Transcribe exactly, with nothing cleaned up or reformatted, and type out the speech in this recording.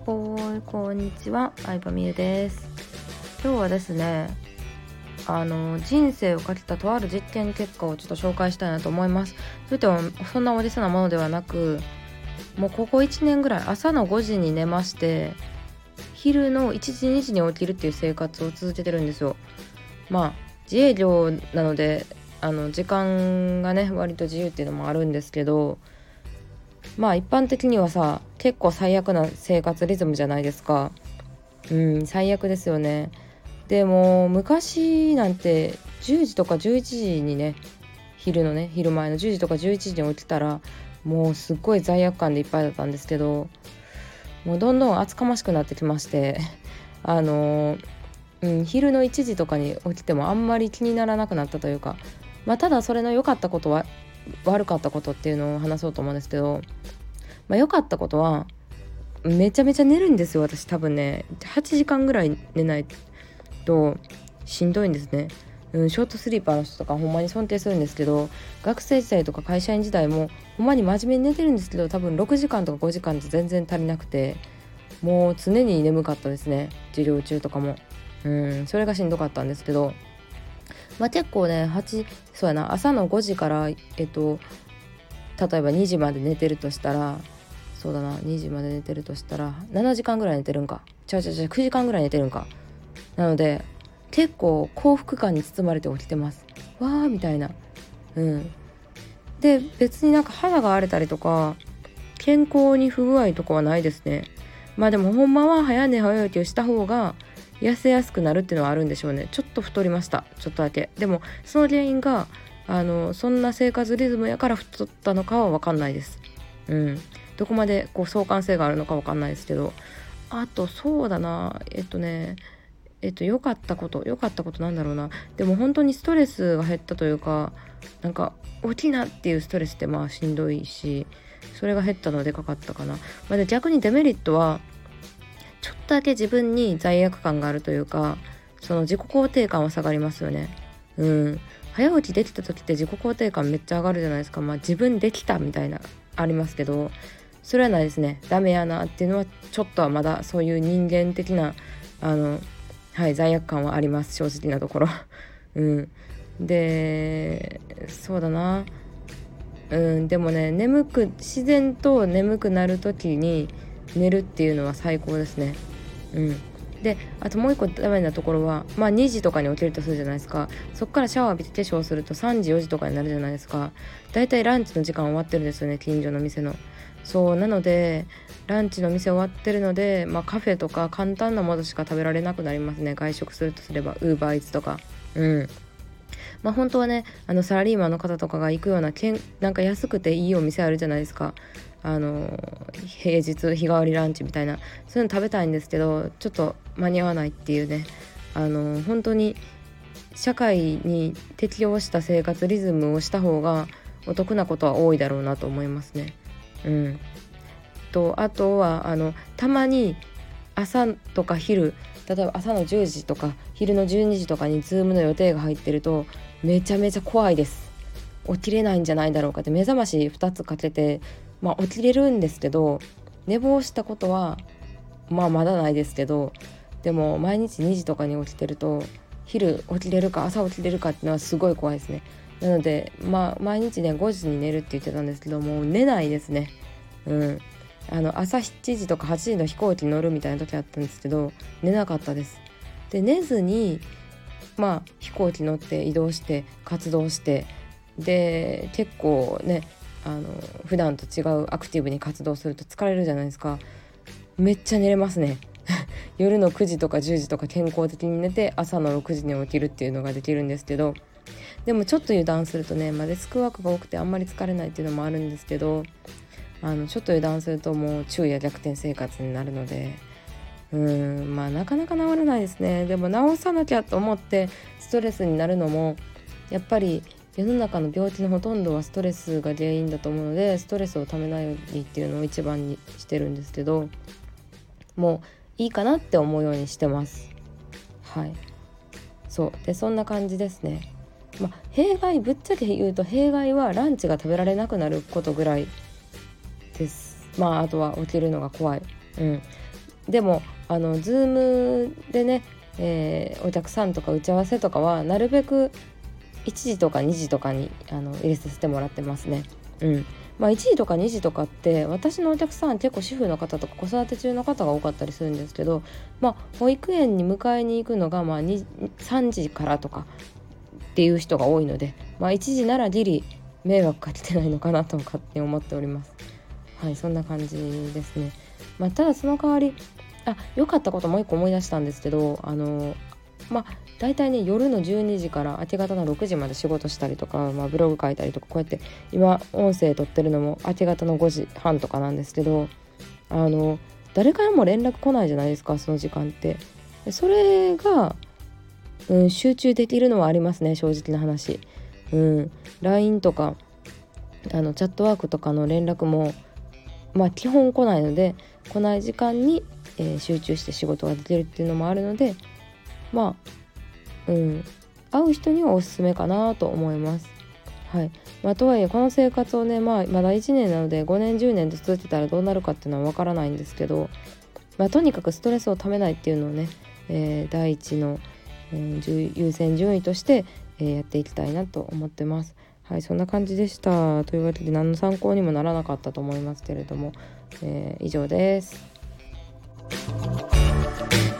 ほーい、こんにちは、相葉美優です。今日はですね、あの人生をかけたとある実験結果をちょっと紹介したいなと思います。それともそんな大げさなものではなく、もうここいちねんぐらい朝のごじに寝まして、昼のいちじにじに起きるっていう生活を続けてるんですよ。まあ自営業なのであの時間がね割と自由っていうのもあるんですけど、まあ一般的にはさ結構最悪な生活リズムじゃないですか。うん最悪ですよね。でも昔なんてじゅうじとかじゅういちじにね、昼のね昼前のじゅうじとかじゅういちじに起きたらもうすっごい罪悪感でいっぱいだったんですけど、もうどんどん厚かましくなってきましてあのうん、昼のいちじとかに起きてもあんまり気にならなくなったというか、まあただそれの良かったことは悪かったことっていうのを話そうと思うんですけど、まあ良かったことはめちゃめちゃ寝るんですよ。私多分ねはちじかんぐらい寝ないとしんどいんですね。うん、ショートスリーパーの人とかほんまに尊敬するんですけど、学生時代とか会社員時代もほんまに真面目に寝てるんですけど、多分ろくじかんとかごじかんって全然足りなくて、もう常に眠かったですね。授業中とかもうんそれがしんどかったんですけど、まあ結構ねはちそうやな朝のごじからえっと例えばにじまで寝てるとしたら、そうだなにじまで寝てるとしたらななじかんぐらい寝てるんか、ちゃうちゃうちゃうくじかんぐらい寝てるんか。なので結構幸福感に包まれて起きてます。わーみたいな。うんで別になんか肌が荒れたりとか健康に不具合とかはないですね。まあでもほんまは早寝早起きをした方が痩せやすくなるっていうのはあるんでしょうね。ちょっと太りました、ちょっとだけ。でもその原因があのそんな生活リズムやから太ったのかは分かんないです。うんどこまでこう相関性があるのか分かんないですけど、あとそうだなえっとねえっと良かったこと良かったことなんだろうな。でも本当にストレスが減ったというか、なんか起きなっていうストレスってまあしんどいし、それが減ったのはでかかったかな。まあ、で逆にデメリットはちょっとだけ自分に罪悪感があるというか、その自己肯定感は下がりますよね。うん早起きできた時って自己肯定感めっちゃ上がるじゃないですか。まあ自分できたみたいなありますけど、それはないですね。ダメやなっていうのはちょっとはまだそういう人間的なあのはい罪悪感はあります、正直なところうんでそうだなうんでもね眠く自然と眠くなる時に寝るっていうのは最高ですね。うんであともう一個ダメなところは、まあにじとかに起きるとするじゃないですか。そっからシャワー浴びて化粧するとさんじよじとかになるじゃないですか。だいたいランチの時間終わってるんですよね、近所の店の。そうなのでランチの店終わってるので、まあ、カフェとか簡単なものしか食べられなくなりますね。外食するとすればウーバーイーツとか。うんまあ本当はねあのサラリーマンの方とかが行くようなけんなんか安くていいお店あるじゃないですか。あの平日日替わりランチみたいな、そういうの食べたいんですけどちょっと間に合わないっていうね。あの本当に社会に適応した生活リズムをした方がお得なことは多いだろうなと思いますね。うんとあとはあのたまに朝とか昼、例えば朝のじゅうじとか昼のじゅうにじとかにズームの予定が入ってるとめちゃめちゃ怖いです。起きれないんじゃないだろうかって。目覚ましふたつかけて、まあ、起きれるんですけど、寝坊したことはまあまだないですけど、でも毎日にじとかに起きてると昼起きれるか朝起きれるかっていうのはすごい怖いですね。なのでまあ毎日ねごじに寝るって言ってたんですけど、もう寝ないですね。うんあの朝しちじとかはちじの飛行機に乗るみたいな時あったんですけど寝なかったです。で寝ずにまあ飛行機乗って移動して活動して、で結構ねあの普段と違うアクティブに活動すると疲れるじゃないですか。めっちゃ寝れますね夜のくじとかじゅうじとか健康的に寝て朝のろくじに起きるっていうのができるんですけど、でもちょっと油断するとね、まあ、デスクワークが多くてあんまり疲れないっていうのもあるんですけど、あのちょっと油断するともう昼夜逆転生活になるので、うーんまあなかなか治らないですね。でも治さなきゃと思ってストレスになるのもやっぱり世の中の病気のほとんどはストレスが原因だと思うので、ストレスをためないようにっていうのを一番にしてるんですけど、もういいかなって思うようにしてます。はいそうでそんな感じですね。まあ弊害ぶっちゃけ言うと弊害はランチが食べられなくなることぐらいです。まああとは起きるのが怖い。うんでもあの Zoom でね、えー、お客さんとか打ち合わせとかはなるべくいちじとかにじとかにあの入れさせてもらってますね。うんまあ、いちじとかにじとかって私のお客さん結構主婦の方とか子育て中の方が多かったりするんですけど、まあ、保育園に迎えに行くのがまあさんじからとかっていう人が多いので、まあ、いちじならギリ迷惑かけてないのかなと勝手に思っております。はい、そんな感じですね。まあ、ただその代わりあ良かったこともう一個思い出したんですけど、あのまあだいたいね夜のじゅうにじから明け方のろくじまで仕事したりとか、まあ、ブログ書いたりとか、こうやって今音声撮ってるのも明け方のごじはんとかなんですけど、あの誰からも連絡来ないじゃないですか、その時間って。それが、うん、集中できるのはありますね、正直な話。うん、ライン とかあのチャットワークとかの連絡もまあ基本来ないので、来ない時間に、えー集中して仕事ができるっていうのもあるので、まあうん会う人にはおすすめかなと思います。はい。まあ、とはいえこの生活をね、まあ、まだいちねんなのでごねんじゅうねんと続いてたらどうなるかっていうのはわからないんですけど、まあ、とにかくストレスをためないっていうのをね、えー第一の、うん重優先順位として、えーやっていきたいなと思ってます。はい、そんな感じでした。というわけで何の参考にもならなかったと思いますけれども、えー以上です。